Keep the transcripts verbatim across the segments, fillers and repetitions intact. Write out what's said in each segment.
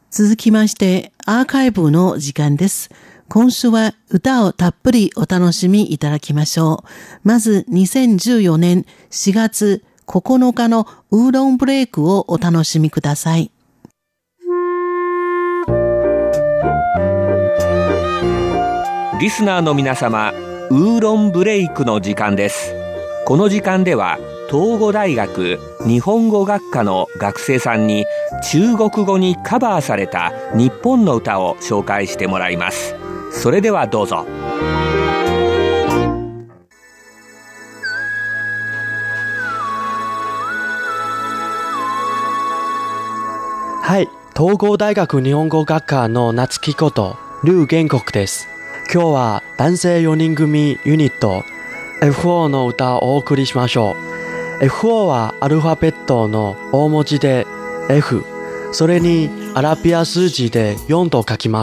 続きましてアーカイブの時間です。今週は歌をたっぷりお楽しみいただきましょう。まずにせんじゅうよねんしがつここのかのウーロンブレイクをお楽しみください。 リスナーの皆様、ウーロンブレイクの時間です。この時間では東語大学日本語学科の学生さんに中国語にカバーされた日本の歌を紹介してもらいます。それではどうぞ。 はい、東語大学日本語学科の夏木こと劉元国です。今日は男性よにん組ユニット エフオー の歌をお送りしましょう。 エフオー はアルファベットの大文字で F、 それにアラビア数字でよんと書きます。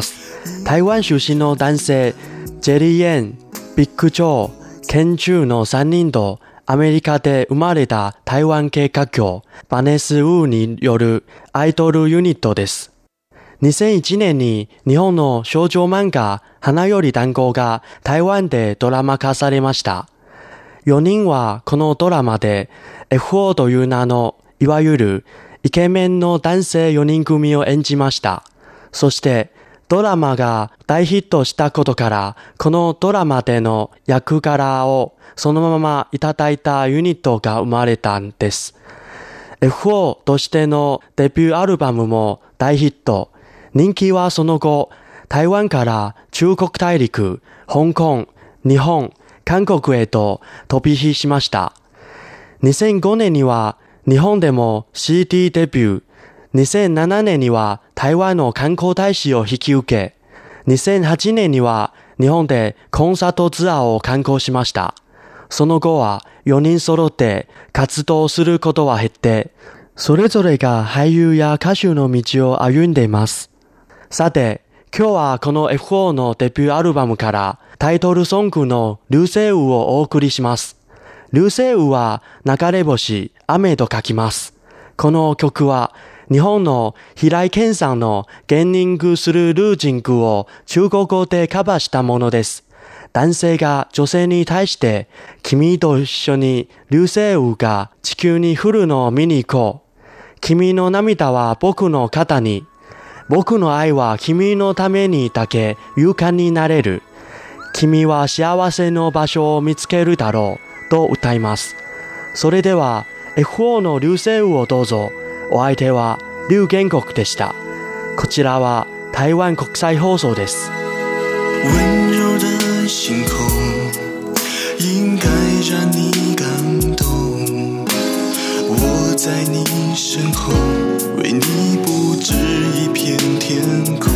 台湾出身の男性ジェリー・エン、ビッグ・チョウ、ケン・チューのさんにんとアメリカで生まれた台湾系歌手バネス・ウーによるアイドルユニットです。にせんいちねんに日本の少女漫画花より団子が台湾でドラマ化されました。よにんはこのドラマで エフオー という名のいわゆるイケメンの男性よにん組を演じました。そしてドラマが大ヒットしたことからこのドラマでの役柄をそのままいただいたユニットが生まれたんです。エフオー としてのデビューアルバムも大ヒット。人気はその後、台湾から中国大陸、香港、日本、韓国へと飛び火しました。にせんごねんには日本でも シーディー デビュー、にせんななねんには台湾の観光大使を引き受け、にせんはちねんには日本でコンサートツアーを敢行しました。その後はよにん揃って活動することは減って、それぞれが俳優や歌手の道を歩んでいます。さて、今日はこの エフオー のデビューアルバムからタイトルソングの流星雨をお送りします。流星雨は流れ星、雨と書きます。この曲は日本の平井堅さんのゲンニングするルージングを中国語でカバーしたものです。男性が女性に対して、君と一緒に流星雨が地球に降るのを見に行こう。君の涙は僕の肩に。僕の愛は君のためにだけ勇敢になれる。君は幸せの場所を見つけるだろうと歌います。それでは エフオー の流星雨をどうぞ。お相手は劉元国でした。こちらは台湾国際放送です。 温柔的星空应该让你感动，我在你身后为你布置一片天空，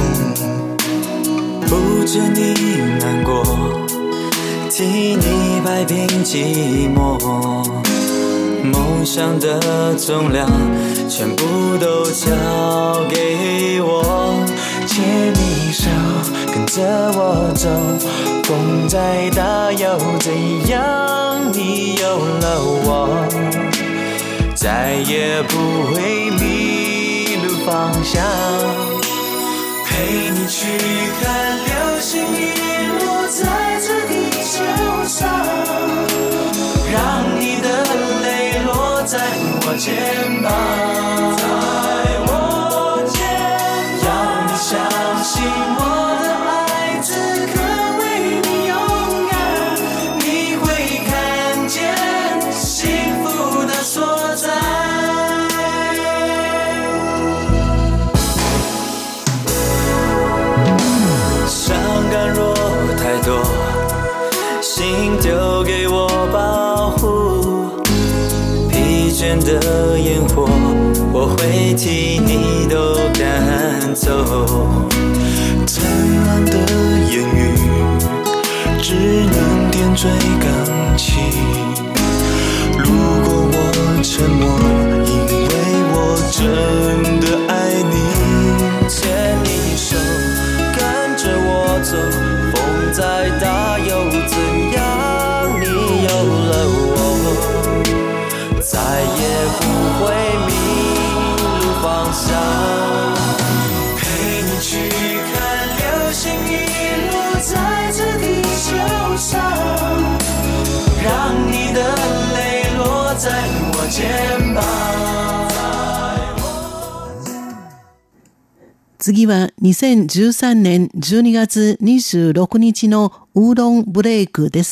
不知你难过，替你摆平寂寞，梦想的重量全部都交给我，牵你手跟着我走，风再大又怎样，你有了我，再也不会迷路方向，陪你去看流星雨落在这地球上，让你的泪落在我肩膀，在我肩膀，要你相信我的爱此刻为你勇敢，你会看见幸福的所在。伤感若太多，心丢给我保护，疲倦的烟火我会替你都赶走， 灿烂的言语只能点缀感情，如果我沉默，因为我真的爱你， 牵你手跟着我走，风再大又怎样，你有了我，再也不会迷路方肩膀。 次はにせんじゅうさんねんじゅうにがつにじゅうろくにちのウーロンブレイクです。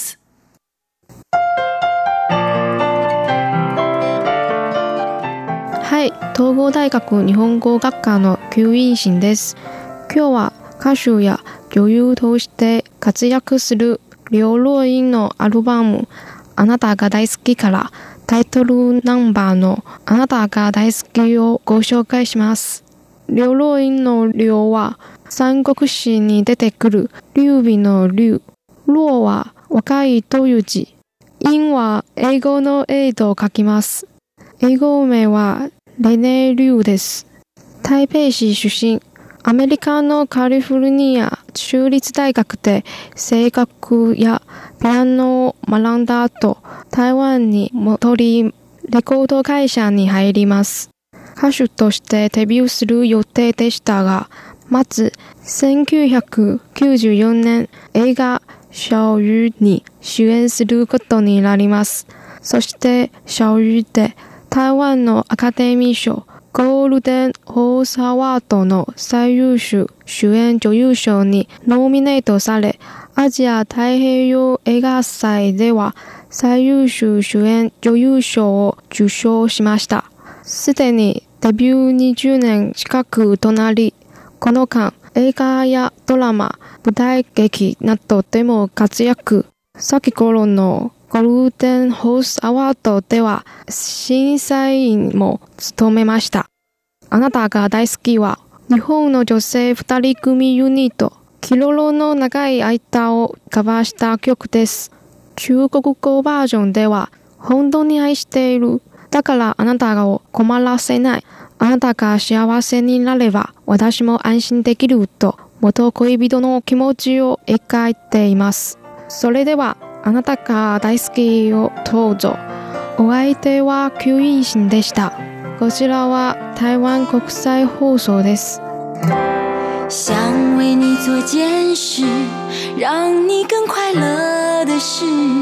はい、東郷大学日本語学科の救員神です。今日は歌手や女優として活躍する劉若英のアルバムあなたが大好きからタイトルナンバーのあなたが大好きをご紹介します。劉若英の劉は三国志に出てくる劉備の劉、若は若いという字、英は英語の英と書きます。英語名はレネー・劉です。台北市出身、アメリカのカリフォルニア州立大学で声楽やピアノを学んだ後、台湾に戻り、レコード会社に入ります。歌手としてデビューする予定でしたが、まずせんきゅうひゃくきゅうじゅうよねん映画小魚に主演することになります。そして小魚で台湾のアカデミー賞ゴールデンホースアワードの最優秀主演女優賞にノミネートされ、アジア太平洋映画祭では最優秀主演女優賞を受賞しました。すでにデビューにじゅうねん近くとなり、この間映画やドラマ、舞台劇などでも活躍。先頃のゴールデンホースアワードでは審査員も務めました。あなたが大好きは日本の女性二人組ユニットキロロの長い間をカバーした曲です。中国語バージョンでは本当に愛している。だからあなたを困らせない。あなたが幸せになれば私も安心できると元恋人の気持ちを描いています。それではあなたが大好きをどうぞ。お相手は救員神でした。こちらは台湾国際放送です。 想为你做件事，让你更快乐的事，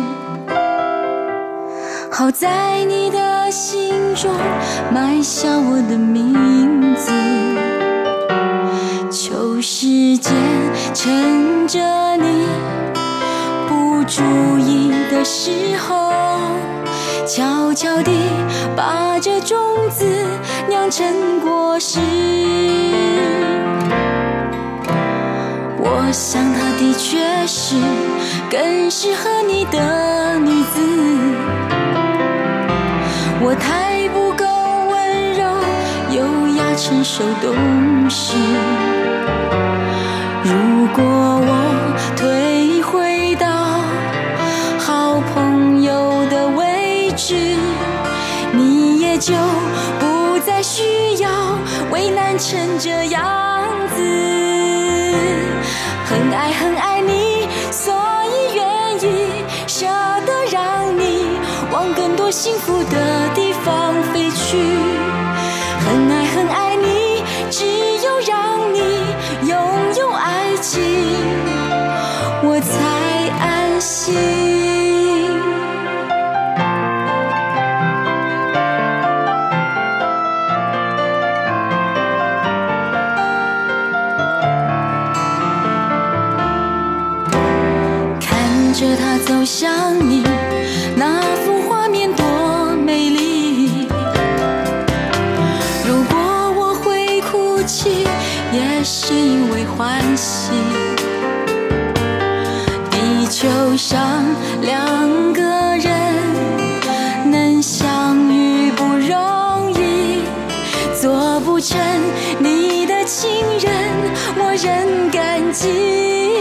好在你的心中埋下我的名字。求时间趁着你不注意的时候，悄悄地把这种子酿成果实。我想她的确是更适合你的女子，我太不够温柔优雅成熟懂事。如果我退回到好朋友的位置，你也就不再需要为难成这样子。很爱很爱你，所以愿意舍得让你往更多幸福的地方飞去。很爱很爱你，只有让你拥有爱情，我才安心。着他走向你，那幅画面多美丽。如果我会哭泣，也是因为欢喜。地球上两个人能相遇不容易，做不成你的情人，我仍感激。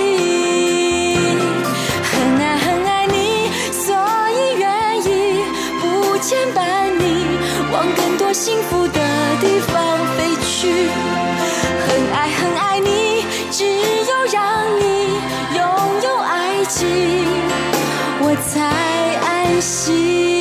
牵绊你往更多幸福的地方飞去。很爱很爱你，只有让你拥有爱情，我才安心。